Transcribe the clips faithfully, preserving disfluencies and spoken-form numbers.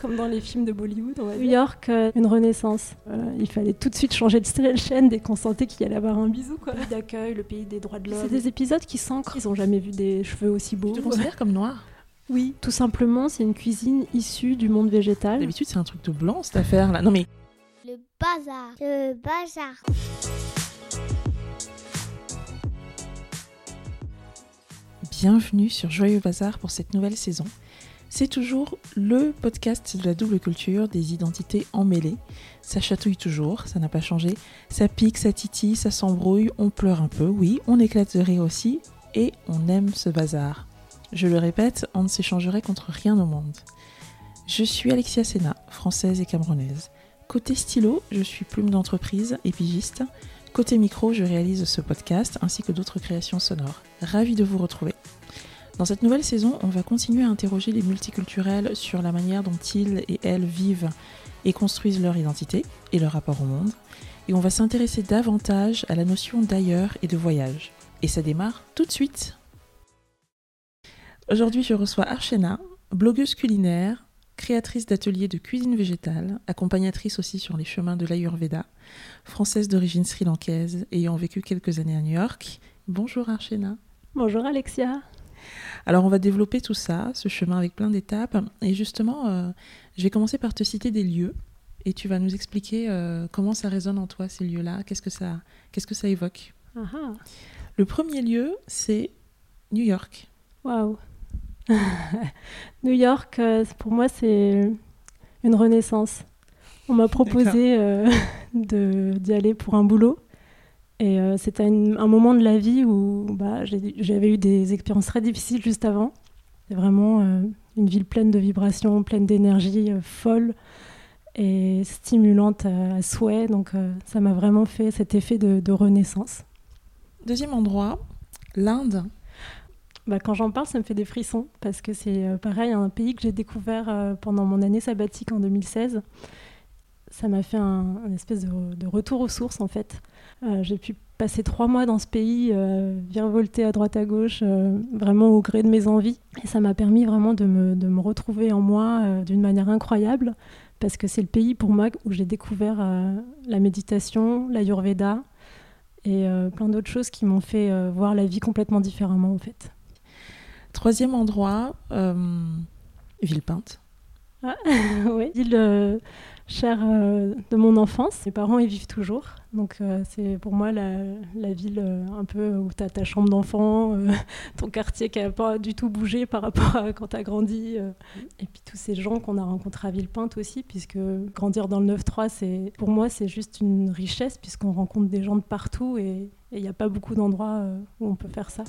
comme dans les films de Bollywood. On va New York, euh, une renaissance. Euh, il fallait tout de suite changer de chaîne dès qu'on sentait qu'il y allait avoir un bisou. Quoi. Le pays d'accueil, le pays des droits de l'homme. C'est des épisodes qui s'ancrent. Ils n'ont jamais vu des cheveux aussi beaux. Tu te considères comme noire ? Oui, tout simplement, c'est une cuisine issue du monde végétal. D'habitude, c'est un truc de blanc, cette affaire-là. Non mais... Le bazar. Le bazar. Bienvenue sur Joyeux Bazar pour cette nouvelle saison. C'est toujours le podcast de la double culture, des identités emmêlées. Ça chatouille toujours, ça n'a pas changé. Ça pique, ça titille, ça s'embrouille, on pleure un peu, oui, on éclate de rire aussi, et on aime ce bazar. Je le répète, on ne s'échangerait contre rien au monde. Je suis Alexia Sena, française et camerounaise. Côté stylo, je suis plume d'entreprise et pigiste. Côté micro, je réalise ce podcast ainsi que d'autres créations sonores. Ravie de vous retrouver. Dans cette nouvelle saison, on va continuer à interroger les multiculturels sur la manière dont ils et elles vivent et construisent leur identité et leur rapport au monde. Et on va s'intéresser davantage à la notion d'ailleurs et de voyage. Et ça démarre tout de suite. Aujourd'hui, je reçois Archana, blogueuse culinaire, créatrice d'ateliers de cuisine végétale, accompagnatrice aussi sur les chemins de l'Ayurveda, française d'origine sri-lankaise, ayant vécu quelques années à New York. Bonjour Archana. Bonjour Alexia. Alors on va développer tout ça, ce chemin avec plein d'étapes. Et justement, euh, je vais commencer par te citer des lieux. Et tu vas nous expliquer euh, comment ça résonne en toi, ces lieux-là. Qu'est-ce que ça, qu'est-ce que ça évoque ? Aha. Le premier lieu, c'est New York. Waouh. New York, euh, pour moi, c'est une renaissance. On m'a proposé euh, de, d'y aller pour un boulot. Et euh, c'était une, un moment de la vie où bah, j'ai, j'avais eu des expériences très difficiles juste avant. C'est vraiment euh, une ville pleine de vibrations, pleine d'énergie, euh, folle et stimulante à, à souhait. Donc euh, ça m'a vraiment fait cet effet de, de renaissance. Deuxième endroit, l'Inde. Bah, quand j'en parle, ça me fait des frissons parce que c'est euh, pareil, un pays que j'ai découvert euh, pendant mon année sabbatique en deux mille seize. Ça m'a fait un, un espèce de, de retour aux sources en fait. Euh, j'ai pu passer trois mois dans ce pays, euh, virevolter à droite à gauche, euh, vraiment au gré de mes envies. Et ça m'a permis vraiment de me, de me retrouver en moi euh, d'une manière incroyable parce que c'est le pays pour moi où j'ai découvert euh, la méditation, l'Ayurveda et euh, plein d'autres choses qui m'ont fait euh, voir la vie complètement différemment en fait. Troisième endroit, euh, Villepinte. Ah, oui, ville euh, chère euh, de mon enfance. Mes parents y vivent toujours. Donc euh, c'est pour moi la, la ville euh, un peu où tu as ta chambre d'enfant, euh, ton quartier qui n'a pas du tout bougé par rapport à quand tu as grandi. Euh. Et puis tous ces gens qu'on a rencontrés à Villepinte aussi, puisque grandir dans le neuf trois, c'est, pour moi, c'est juste une richesse puisqu'on rencontre des gens de partout et il n'y a pas beaucoup d'endroits euh, où on peut faire ça.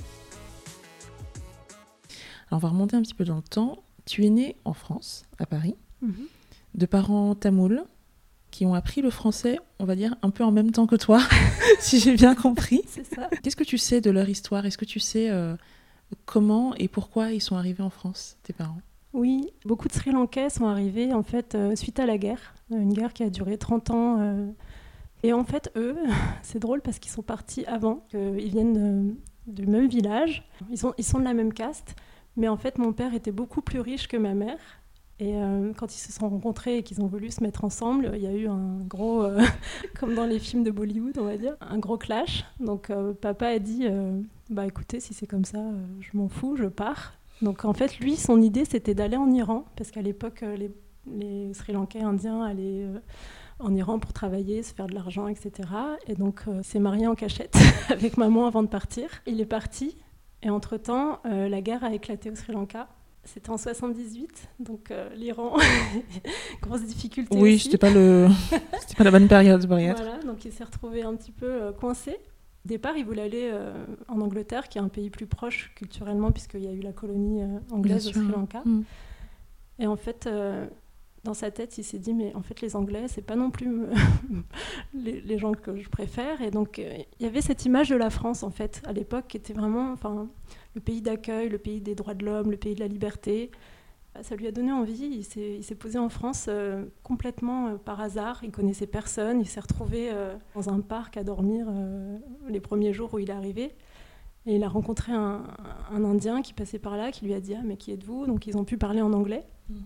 Alors on va remonter un petit peu dans le temps. Tu es née en France, à Paris, Mm-hmm. de parents tamouls qui ont appris le français, on va dire, un peu en même temps que toi, si j'ai bien compris. C'est ça. Qu'est-ce que tu sais de leur histoire ? Est-ce que tu sais euh, comment et pourquoi ils sont arrivés en France, tes parents ? Oui, beaucoup de Sri Lankais sont arrivés en fait euh, suite à la guerre, une guerre qui a duré trente ans. Euh, et en fait, eux, c'est drôle parce qu'ils sont partis avant, qu'ils viennent euh, du même village, ils sont, ils sont de la même caste. Mais en fait, mon père était beaucoup plus riche que ma mère. Et euh, quand ils se sont rencontrés et qu'ils ont voulu se mettre ensemble, il y a eu un gros, euh, comme dans les films de Bollywood, on va dire, un gros clash. Donc euh, papa a dit, euh, bah écoutez, si c'est comme ça, euh, je m'en fous, je pars. Donc en fait, lui, son idée, c'était d'aller en Iran, parce qu'à l'époque, euh, les, les Sri Lankais indiens allaient euh, en Iran pour travailler, se faire de l'argent, et cetera. Et donc, euh, s'est marié en cachette avec maman avant de partir. Il est parti. Et entre-temps, euh, la guerre a éclaté au Sri Lanka. C'était en soixante-dix-huit, donc euh, l'Iran, grosse difficulté oui, aussi. c'était pas le, c'était pas la bonne période pour y être. Voilà, donc il s'est retrouvé un petit peu euh, coincé. Au départ, il voulait aller euh, en Angleterre, qui est un pays plus proche culturellement, puisqu'il y a eu la colonie euh, anglaise au Sri Lanka. Mmh. Et en fait, euh, dans sa tête, il s'est dit, mais en fait, les Anglais, c'est pas non plus les, les gens que je préfère. Et donc, euh, il y avait cette image de la France, en fait, à l'époque, qui était vraiment enfin, le pays d'accueil, le pays des droits de l'homme, le pays de la liberté. Ça lui a donné envie. Il s'est, il s'est posé en France euh, complètement euh, par hasard. Il connaissait personne. Il s'est retrouvé euh, dans un parc à dormir euh, les premiers jours où il est arrivé. Et il a rencontré un, un Indien qui passait par là, qui lui a dit « Ah, mais qui êtes-vous » Donc, ils ont pu parler en anglais. Mmh.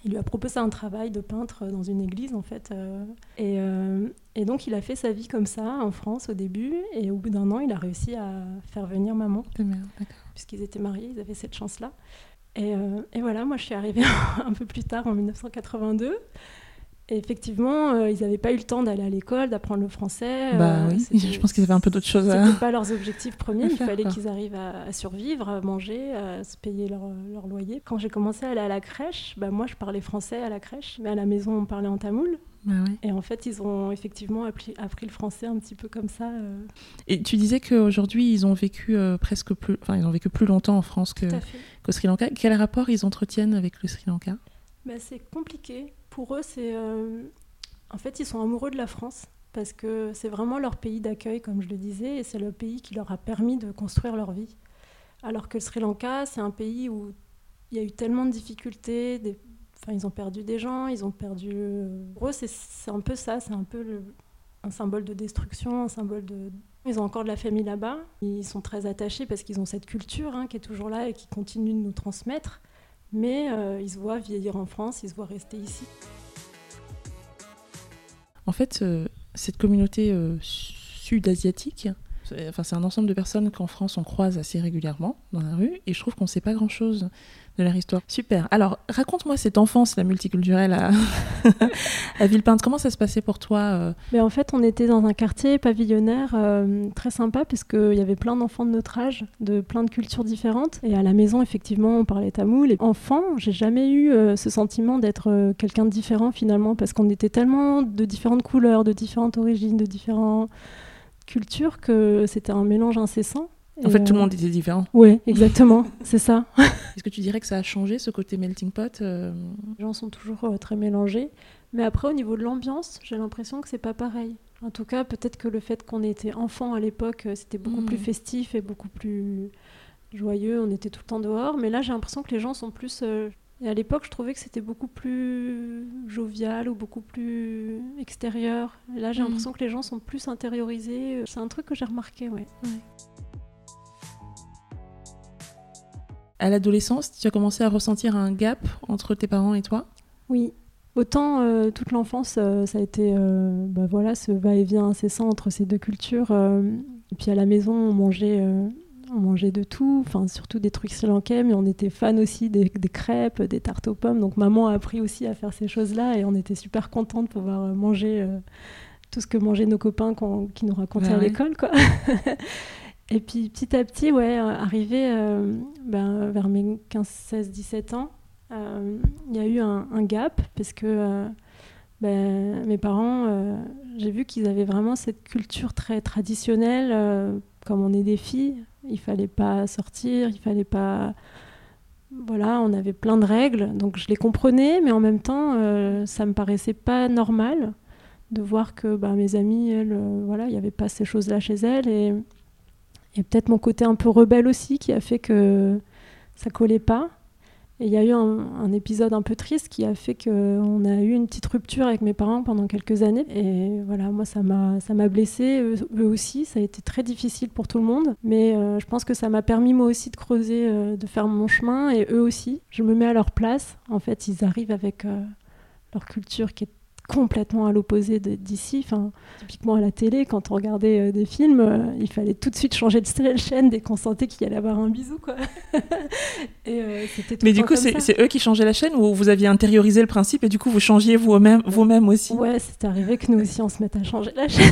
Il lui a proposé un travail de peintre dans une église, en fait. Euh, et, euh, et donc, il a fait sa vie comme ça, en France, au début. Et au bout d'un an, il a réussi à faire venir maman. Ta mère, d'accord. Puisqu'ils étaient mariés, ils avaient cette chance-là. Et, euh, et voilà, moi, je suis arrivée un peu plus tard, en dix-neuf cent quatre-vingt-deux. Et effectivement, euh, ils n'avaient pas eu le temps d'aller à l'école, d'apprendre le français. Bah euh, oui, je pense qu'ils avaient un peu d'autres choses à... C'était pas leurs objectifs premiers. Il faire, fallait quoi. qu'ils arrivent à, à survivre, à manger, à se payer leur, leur loyer. Quand j'ai commencé à aller à la crèche, bah moi, je parlais français à la crèche, mais à la maison, on parlait en tamoul. Bah ouais. Et en fait, ils ont effectivement appris, appris le français un petit peu comme ça. Euh... Et tu disais qu'aujourd'hui, ils ont vécu euh, presque plus... Enfin, ils ont vécu plus longtemps en France que, qu'au Sri Lanka. Quel rapport ils entretiennent avec le Sri Lanka ? Bah, c'est compliqué. Pour eux, c'est... Euh... En fait, ils sont amoureux de la France parce que c'est vraiment leur pays d'accueil, comme je le disais, et c'est le pays qui leur a permis de construire leur vie. Alors que le Sri Lanka, c'est un pays où il y a eu tellement de difficultés, des... enfin, ils ont perdu des gens, ils ont perdu... Pour eux, c'est, c'est un peu ça, c'est un peu le... un symbole de destruction, un symbole de... Ils ont encore de la famille là-bas, ils sont très attachés parce qu'ils ont cette culture hein, qui est toujours là et qui continue de nous transmettre, mais euh, ils se voient vieillir en France, ils se voient rester ici. En fait, euh, cette communauté euh, sud-asiatique, c'est, enfin, c'est un ensemble de personnes qu'en France on croise assez régulièrement dans la rue, et je trouve qu'on ne sait pas grand-chose de leur histoire. Super. Alors, raconte-moi cette enfance, la multiculturelle à, à Villepinte. Comment ça se passait pour toi euh... Mais en fait, on était dans un quartier pavillonnaire euh, très sympa, parce qu'il y avait plein d'enfants de notre âge, de plein de cultures différentes. Et à la maison, effectivement, on parlait tamoul. Et enfant, j'ai jamais eu euh, ce sentiment d'être euh, quelqu'un de différent, finalement, parce qu'on était tellement de différentes couleurs, de différentes origines, de différentes cultures, que c'était un mélange incessant. En Et fait, euh... tout le monde était différent. Oui, exactement, c'est ça. Est-ce que tu dirais que ça a changé, ce côté melting pot euh... Les gens sont toujours euh, très mélangés. Mais après, au niveau de l'ambiance, j'ai l'impression que c'est pas pareil. En tout cas, peut-être que le fait qu'on était enfant à l'époque, c'était beaucoup mmh. plus festif et beaucoup plus joyeux. On était tout le temps dehors. Mais là, j'ai l'impression que les gens sont plus... Euh... Et à l'époque, je trouvais que c'était beaucoup plus jovial ou beaucoup plus extérieur. Et là, j'ai mmh. l'impression que les gens sont plus intériorisés. C'est un truc que j'ai remarqué, ouais. ouais. À l'adolescence, tu as commencé à ressentir un gap entre tes parents et toi ? Oui. Autant euh, toute l'enfance, euh, ça a été euh, bah voilà, ce va-et-vient incessant entre ces deux cultures. Euh, et puis à la maison, on mangeait, euh, on mangeait de tout, enfin surtout des trucs sri-lankais, mais on était fans aussi des, des crêpes, des tartes aux pommes. Donc maman a appris aussi à faire ces choses-là et on était super contents de pouvoir manger euh, tout ce que mangeaient nos copains qui nous racontaient bah, à ouais. l'école, quoi. Et puis petit à petit, ouais, arrivé euh, ben, vers mes quinze, seize, dix-sept ans, il euh, y a eu un, un gap parce que euh, ben, mes parents, euh, j'ai vu qu'ils avaient vraiment cette culture très traditionnelle. Euh, comme on est des filles, il fallait pas sortir, il fallait pas... Voilà, on avait plein de règles, donc je les comprenais, mais en même temps, euh, ça me paraissait pas normal de voir que ben, mes amies, elles, euh, voilà, il y avait pas ces choses-là chez elles et... Il y a peut-être mon côté un peu rebelle aussi qui a fait que ça collait pas. Et il y a eu un, un épisode un peu triste qui a fait qu'on a eu une petite rupture avec mes parents pendant quelques années. Et voilà, moi, ça m'a, ça m'a blessée, eux, eux aussi. Ça a été très difficile pour tout le monde. Mais euh, je pense que ça m'a permis, moi aussi, de creuser, euh, de faire mon chemin. Et eux aussi. Je me mets à leur place. En fait, ils arrivent avec euh, leur culture qui est complètement à l'opposé de, d'ici. Enfin, typiquement à la télé, quand on regardait euh, des films, euh, il fallait tout de suite changer de chaîne dès qu'on sentait qu'il y allait avoir un bisou, quoi. Et euh, c'était tout Mais le du temps coup, comme c'est, ça. c'est eux qui changeaient la chaîne ou vous aviez intériorisé le principe et du coup, vous changiez vous-même, vous-même aussi ? Ouais, c'est arrivé que nous aussi, on se mette à changer la chaîne.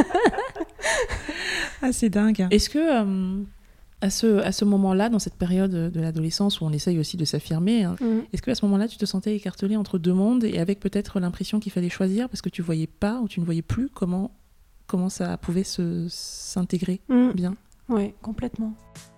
Ah, c'est dingue. Est-ce que... Euh... À ce, à ce moment-là, dans cette période de l'adolescence où on essaye aussi de s'affirmer, hein, mmh. est-ce qu'à ce moment-là, tu te sentais écartelée entre deux mondes et avec peut-être l'impression qu'il fallait choisir parce que tu ne voyais pas ou tu ne voyais plus comment, comment ça pouvait se, s'intégrer mmh. bien ? Oui, complètement.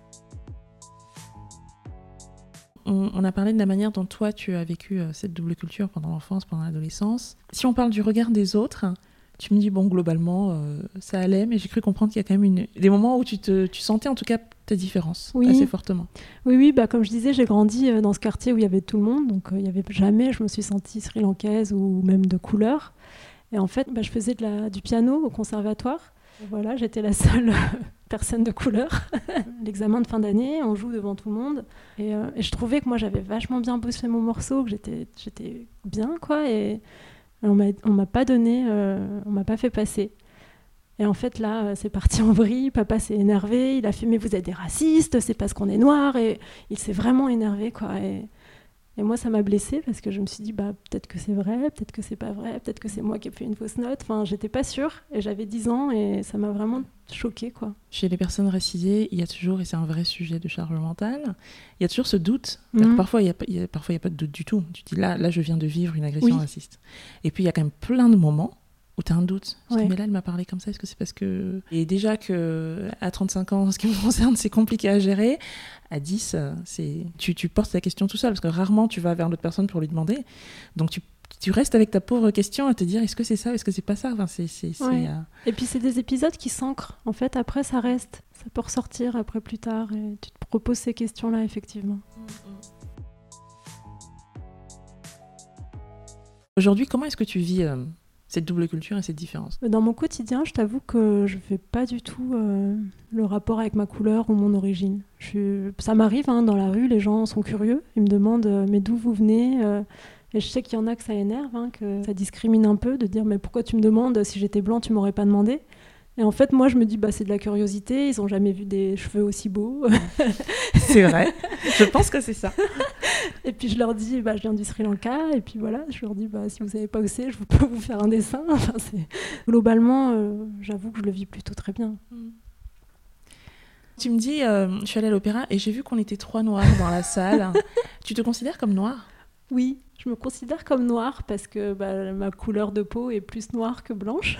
On, on a parlé de la manière dont toi, tu as vécu euh, cette double culture pendant l'enfance, pendant l'adolescence. Si on parle du regard des autres... Tu me dis, bon, globalement, euh, ça allait, mais j'ai cru comprendre qu'il y a quand même une... des moments où tu, te... tu sentais en tout cas ta différence oui. assez fortement. Oui, oui, bah, comme je disais, j'ai grandi dans ce quartier où il y avait tout le monde, donc euh, il n'y avait jamais, je me suis sentie sri-lankaise ou même de couleur. Et en fait, bah, je faisais de la... du piano au conservatoire. Voilà, j'étais la seule personne de couleur. L'examen de fin d'année, on joue devant tout le monde. Et, euh, et je trouvais que moi, j'avais vachement bien bossé mon morceau, que j'étais, j'étais bien, quoi. Et on m'a, on m'a pas donné, euh, on m'a pas fait passer. Et en fait, là, c'est parti en vrille. Papa s'est énervé. Il a fait « Mais vous êtes des racistes, c'est parce qu'on est noirs. » Et il s'est vraiment énervé, quoi. Et, et moi, ça m'a blessée parce que je me suis dit bah, peut-être que c'est vrai, peut-être que c'est pas vrai, peut-être que c'est moi qui ai fait une fausse note. Enfin, j'étais pas sûre. Et j'avais dix ans et ça m'a vraiment choquée, quoi. Chez les personnes racisées, il y a toujours, et c'est un vrai sujet de charge mentale, il y a toujours ce doute. Mmh. Parfois, il n'y a, il y a, parfois, il y a pas de doute du tout. Tu te dis là, là, je viens de vivre une agression Oui. raciste. Et puis, il y a quand même plein de moments où tu as un doute. Tu Ouais. te dis, mais là, elle m'a parlé comme ça, est-ce que c'est parce que... Et déjà qu'à trente-cinq ans, en ce qui me concerne, c'est compliqué à gérer. À dix, c'est... Tu, tu portes ta question tout seul, parce que rarement tu vas vers l'autre personne pour lui demander. Donc, tu, tu restes avec ta pauvre question à te dire, est-ce que c'est ça, est-ce que c'est pas ça, enfin, c'est, c'est, c'est, Ouais. euh... Et puis, c'est des épisodes qui s'ancrent. En fait, après, ça reste. Ça peut ressortir après, plus tard. Et tu te proposes ces questions-là, effectivement. Aujourd'hui, comment est-ce que tu vis euh, cette double culture et cette différence ? Dans mon quotidien, je t'avoue que je fais pas du tout euh, le rapport avec ma couleur ou mon origine. Je suis... Ça m'arrive, hein, dans la rue, les gens sont curieux. Ils me demandent euh, mais d'où vous venez euh, Et je sais qu'il y en a que ça énerve, hein, que ça discrimine un peu de dire mais pourquoi tu me demandes, si j'étais blanc, tu m'aurais pas demandé. Et en fait, moi, je me dis bah c'est de la curiosité. Ils ont jamais vu des cheveux aussi beaux. C'est vrai. Je pense que c'est ça. Et puis je leur dis, bah, je viens du Sri Lanka, et puis voilà, je leur dis, bah, si vous savez pas où c'est, je peux vous faire un dessin. Enfin, c'est... Globalement, euh, j'avoue que je le vis plutôt très bien. Tu me dis, euh, je suis allée à l'opéra et j'ai vu qu'on était trois noirs dans la salle. Tu te considères comme noire ? Oui, je me considère comme noire parce que bah, ma couleur de peau est plus noire que blanche.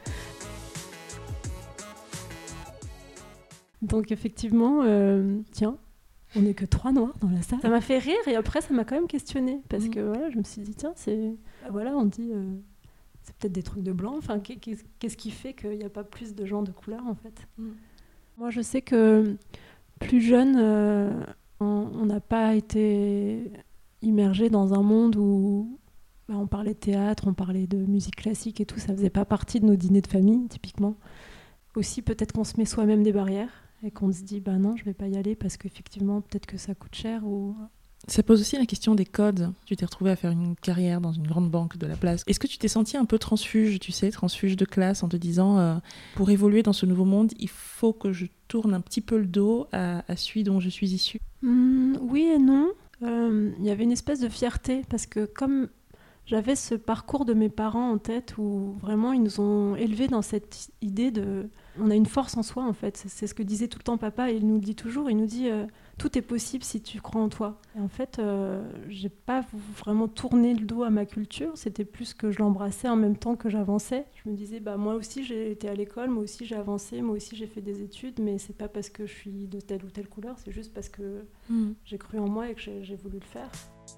Donc effectivement, euh, tiens, on n'est que trois noirs dans la salle. Ça m'a fait rire et après ça m'a quand même questionnée parce que voilà, je me suis dit tiens, c'est bah, voilà, on dit euh, c'est peut-être des trucs de blanc. Enfin, qu'est-ce qui fait qu'il n'y a pas plus de gens de couleur en fait ? Mm. Moi, je sais que plus jeune, euh, on n'a pas été immergé dans un monde où bah, on parlait de théâtre, on parlait de musique classique et tout. Ça faisait pas partie de nos dîners de famille typiquement. Aussi, peut-être qu'on se met soi-même des barrières. Et qu'on se dit, bah non, je vais pas y aller parce qu'effectivement, peut-être que ça coûte cher. Ou... Ça pose aussi la question des codes. Tu t'es retrouvée à faire une carrière dans une grande banque de la place. Est-ce que tu t'es sentie un peu transfuge, tu sais, transfuge de classe, en te disant, euh, pour évoluer dans ce nouveau monde, il faut que je tourne un petit peu le dos à, à celui dont je suis issue ? Mmh, oui et non. Il euh, y avait une espèce de fierté parce que comme j'avais ce parcours de mes parents en tête où vraiment ils nous ont élevés dans cette idée de... On a une force en soi en fait, c'est, c'est ce que disait tout le temps papa, et il nous le dit toujours, il nous dit euh, tout est possible si tu crois en toi. Et en fait, euh, j'ai pas vraiment tourné le dos à ma culture, c'était plus que je l'embrassais en même temps que j'avançais. Je me disais, bah, moi aussi j'ai été à l'école, moi aussi j'ai avancé, moi aussi j'ai fait des études, mais c'est pas parce que je suis de telle ou telle couleur, c'est juste parce que mmh. j'ai cru en moi et que j'ai, j'ai voulu le faire.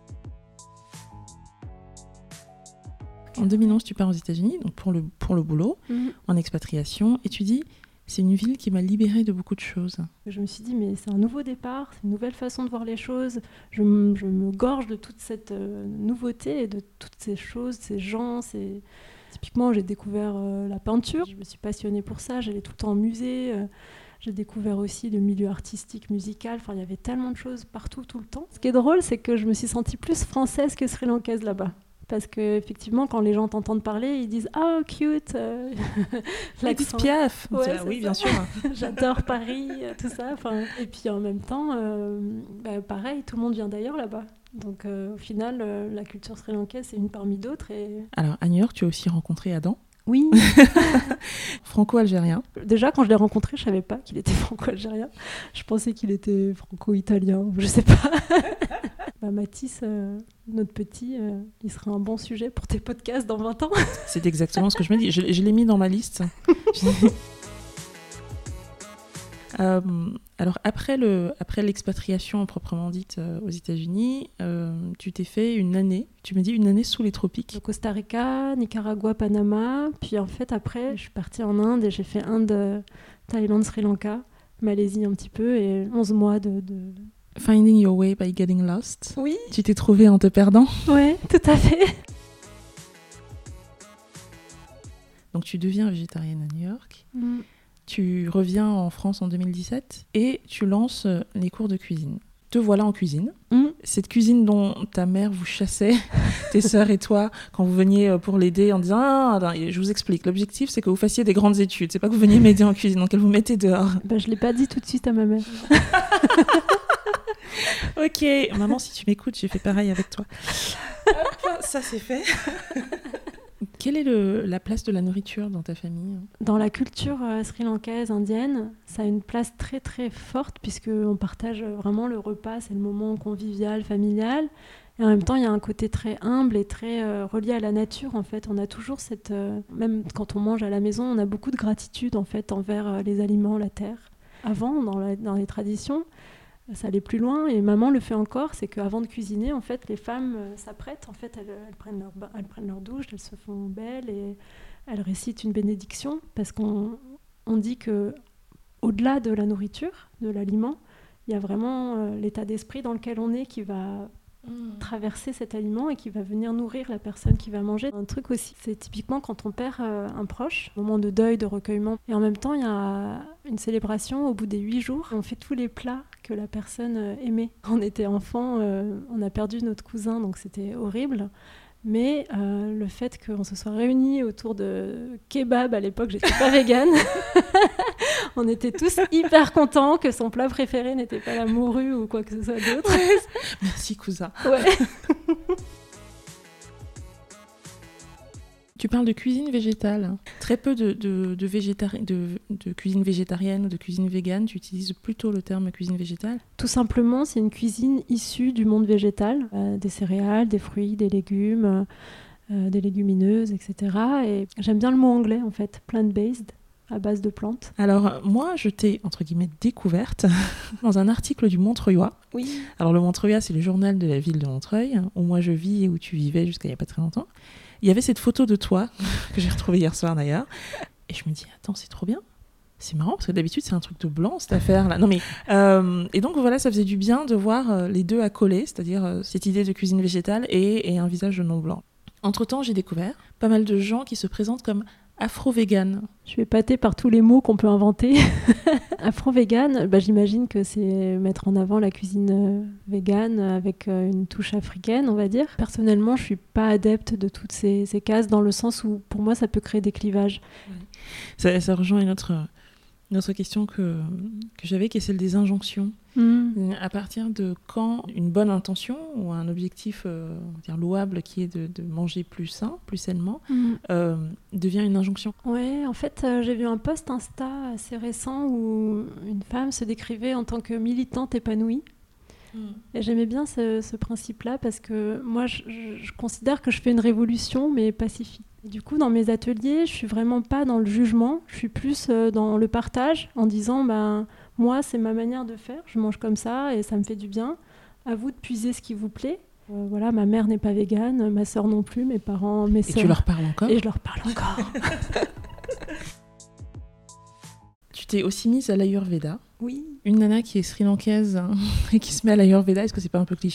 En deux mille onze, tu pars aux États-Unis donc pour, le, pour le boulot, mmh. en expatriation, et tu dis c'est une ville qui m'a libérée de beaucoup de choses. Je me suis dit, mais c'est un nouveau départ, c'est une nouvelle façon de voir les choses. Je, m- je me gorge de toute cette euh, nouveauté et de toutes ces choses, ces gens. Ces... Typiquement, j'ai découvert euh, la peinture. Je me suis passionnée pour ça, j'allais tout le temps au musée. Euh, j'ai découvert aussi le milieu artistique, musical. Enfin, il y avait tellement de choses partout, tout le temps. Ce qui est drôle, c'est que je me suis sentie plus française que sri-lankaise là-bas. Parce qu'effectivement, quand les gens t'entendent parler, ils disent « Ah, oh, cute euh, !» Edith Piaf ouais, ah, oui, bien sûr. J'adore Paris, tout ça. Et puis en même temps, euh, bah, pareil, tout le monde vient d'ailleurs là-bas. Donc euh, au final, euh, la culture sri-lankaise, c'est une parmi d'autres. Et... Alors, à New York, tu as aussi rencontré Adam ? Oui. Franco-algérien. Déjà, quand je l'ai rencontré, je ne savais pas qu'il était franco-algérien. Je pensais qu'il était franco-italien, je ne sais pas. Bah, Mathis, euh, notre petit, euh, il sera un bon sujet pour tes podcasts dans vingt ans. C'est exactement ce que je me dis. Je, je l'ai mis dans ma liste. euh, alors, après, le, après l'expatriation proprement dite euh, aux États-Unis, euh, tu t'es fait une année, tu me dis une année sous les tropiques. Au Costa Rica, Nicaragua, Panama. Puis en fait, après, je suis partie en Inde et j'ai fait Inde, Thaïlande, Sri Lanka, Malaisie un petit peu et onze mois de... de... Finding your way by getting lost. Oui. Tu t'es trouvée en te perdant. Oui, tout à fait. Donc tu deviens végétarienne à New York. Mm. Tu reviens en France en deux mille dix-sept et tu lances les cours de cuisine. Te voilà en cuisine. Mmh. Cette cuisine dont ta mère vous chassait, tes sœurs et toi, quand vous veniez pour l'aider en disant ah, non, je vous explique, l'objectif c'est que vous fassiez des grandes études, c'est pas que vous veniez m'aider en cuisine, donc elle vous mettait dehors. Bah, je l'ai pas dit tout de suite à ma mère. Ok, maman, si tu m'écoutes, j'ai fait pareil avec toi. Hop, ça c'est fait. Quelle est le, la place de la nourriture dans ta famille ? Dans la culture euh, sri-lankaise, indienne, ça a une place très très forte puisqu'on partage vraiment le repas, c'est le moment convivial, familial. Et en même temps, il y a un côté très humble et très euh, relié à la nature. En fait, on a toujours cette... Euh, même quand on mange à la maison, on a beaucoup de gratitude en fait, envers euh, les aliments, la terre. Avant, dans, la, dans les traditions, ça allait plus loin et maman le fait encore, c'est qu'avant de cuisiner, en fait, les femmes euh, s'apprêtent, en fait, elles, elles, prennent leur ba- elles prennent leur douche, elles se font belles et elles récitent une bénédiction parce qu'on on dit que au-delà de la nourriture, de l'aliment, il y a vraiment euh, l'état d'esprit dans lequel on est qui va mmh. traverser cet aliment et qui va venir nourrir la personne qui va manger. Un truc aussi, c'est typiquement quand on perd euh, un proche, moment de deuil, de recueillement, et en même temps, il y a une célébration au bout des huit jours, on fait tous les plats que la personne aimait. Quand on était enfant, euh, on a perdu notre cousin, donc c'était horrible. Mais euh, le fait qu'on se soit réunis autour de kebab, à l'époque, j'étais pas végane, on était tous hyper contents que son plat préféré n'était pas la morue ou quoi que ce soit d'autre. Ouais. Merci, cousin. Ouais. Tu parles de cuisine végétale. Très peu de, de, de, végétari- de, de cuisine végétarienne ou de cuisine végane. Tu utilises plutôt le terme cuisine végétale. Tout simplement, c'est une cuisine issue du monde végétal. Euh, des céréales, des fruits, des légumes, euh, des légumineuses, et cetera. Et j'aime bien le mot anglais, en fait, plant-based, à base de plantes. Alors, moi, je t'ai, entre guillemets, découverte dans un article du Montreuillois. Oui. Alors, le Montreuillois, c'est le journal de la ville de Montreuil, où moi je vis et où tu vivais jusqu'à il n'y a pas très longtemps. Il y avait cette photo de toi, que j'ai retrouvée hier soir d'ailleurs, et je me dis, attends, c'est trop bien. C'est marrant, parce que d'habitude, c'est un truc de blanc, cette affaire-là. Non, mais, euh, et donc, voilà, ça faisait du bien de voir euh, les deux accolés, c'est-à-dire euh, cette idée de cuisine végétale et, et un visage de non-blanc. Entre-temps, j'ai découvert pas mal de gens qui se présentent comme afro-véganes. Je suis épatée par tous les mots qu'on peut inventer. Afro-végane, bah, j'imagine que c'est mettre en avant la cuisine euh, végane avec euh, une touche africaine, on va dire. Personnellement, je ne suis pas adepte de toutes ces, ces cases dans le sens où, pour moi, ça peut créer des clivages. Ouais. Ça, ça rejoint une autre, une autre question que, que j'avais, qui est celle des injonctions. Mmh. À partir de quand une bonne intention ou un objectif euh, on va dire louable qui est de, de manger plus sain, plus sainement, mmh. euh, devient une injonction. Oui, en fait, euh, j'ai vu un post Insta assez récent où une femme se décrivait en tant que militante épanouie. Mmh. Et j'aimais bien ce, ce principe-là parce que moi, je, je, je considère que je fais une révolution, mais pacifique. Et du coup, dans mes ateliers, je suis vraiment pas dans le jugement, je suis plus euh, dans le partage en disant... ben, moi, c'est ma manière de faire, je mange comme ça et ça me fait du bien. À vous de puiser ce qui vous plaît. Euh, voilà, ma mère n'est pas végane, ma sœur non plus, mes parents, mes sœurs. Et tu leur parles encore ? Et je leur parle encore. Tu t'es aussi mise à l'Ayurveda. Oui. Une nana qui est sri-lankaise hein, et qui se met à l'Ayurveda, est-ce que c'est pas un peu cliché ?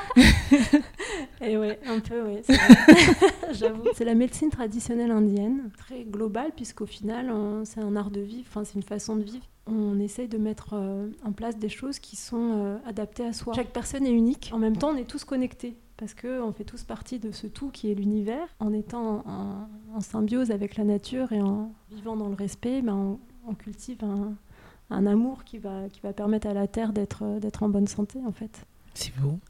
Et ouais, un peu, oui. J'avoue. C'est la médecine traditionnelle indienne, très globale, puisqu'au final, on, c'est un art de vivre, enfin, c'est une façon de vivre. On essaye de mettre euh, en place des choses qui sont euh, adaptées à soi. Chaque personne est unique. En même temps, on est tous connectés, parce qu'on fait tous partie de ce tout qui est l'univers. En étant en, en symbiose avec la nature et en vivant dans le respect, ben, on, on cultive un, un amour qui va, qui va permettre à la Terre d'être, d'être en bonne santé, en fait. C'est beau.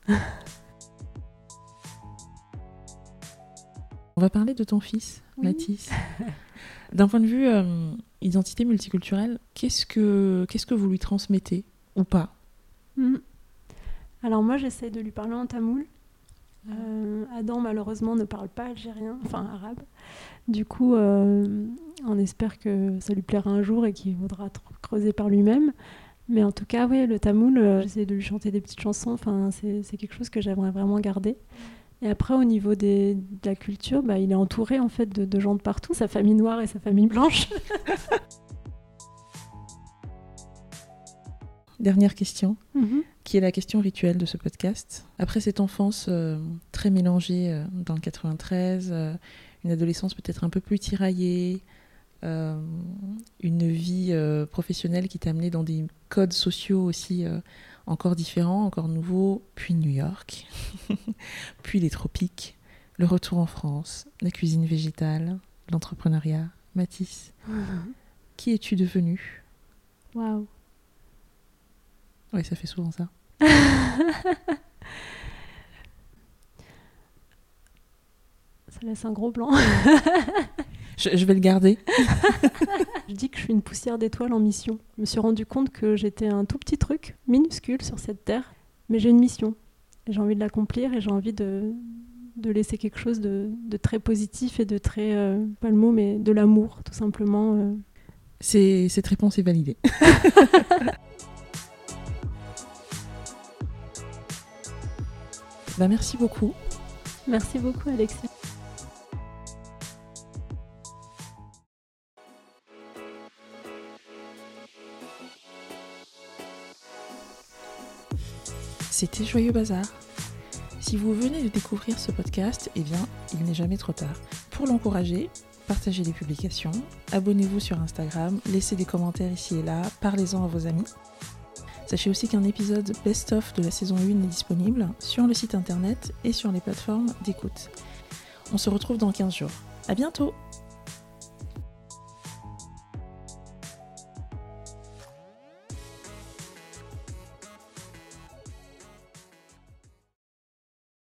On va parler de ton fils, oui. Mathis. D'un point de vue euh, identité multiculturelle, qu'est-ce que, qu'est-ce que vous lui transmettez ou pas ? mmh. Alors moi, j'essaie de lui parler en tamoul. Euh, Adam, malheureusement, ne parle pas algérien, enfin arabe. Du coup, euh, on espère que ça lui plaira un jour et qu'il voudra creuser par lui-même. Mais en tout cas, oui, le tamoul, euh, j'essaie de lui chanter des petites chansons. Enfin, c'est, c'est quelque chose que j'aimerais vraiment garder. Et après, au niveau des, de la culture, bah, il est entouré en fait, de, de gens de partout, sa famille noire et sa famille blanche. Dernière question, mm-hmm. qui est la question rituelle de ce podcast. Après cette enfance euh, très mélangée euh, dans le quatre-vingt-treize, euh, une adolescence peut-être un peu plus tiraillée, euh, une vie euh, professionnelle qui t'a amené dans des codes sociaux aussi euh, encore différents, encore nouveaux, puis New York, puis les tropiques, le retour en France, la cuisine végétale, l'entrepreneuriat, Mathis. Mmh. Qui es-tu devenue ? Waouh. Oui, ça fait souvent ça. Ça laisse un gros blanc. je, je vais le garder. Je dis que je suis une poussière d'étoiles en mission. Je me suis rendu compte que j'étais un tout petit truc, minuscule sur cette terre, mais j'ai une mission. Et j'ai envie de l'accomplir et j'ai envie de, de laisser quelque chose de, de très positif et de très, euh, pas le mot, mais de l'amour, tout simplement. Euh. C'est, cette réponse est validée. Bah, merci beaucoup. Merci beaucoup, Alexis. C'était Joyeux Bazar. Si vous venez de découvrir ce podcast, eh bien, il n'est jamais trop tard. Pour l'encourager, partagez les publications, abonnez-vous sur Instagram, laissez des commentaires ici et là, parlez-en à vos amis. Sachez aussi qu'un épisode best-of de la saison un est disponible sur le site internet et sur les plateformes d'écoute. On se retrouve dans quinze jours. À bientôt!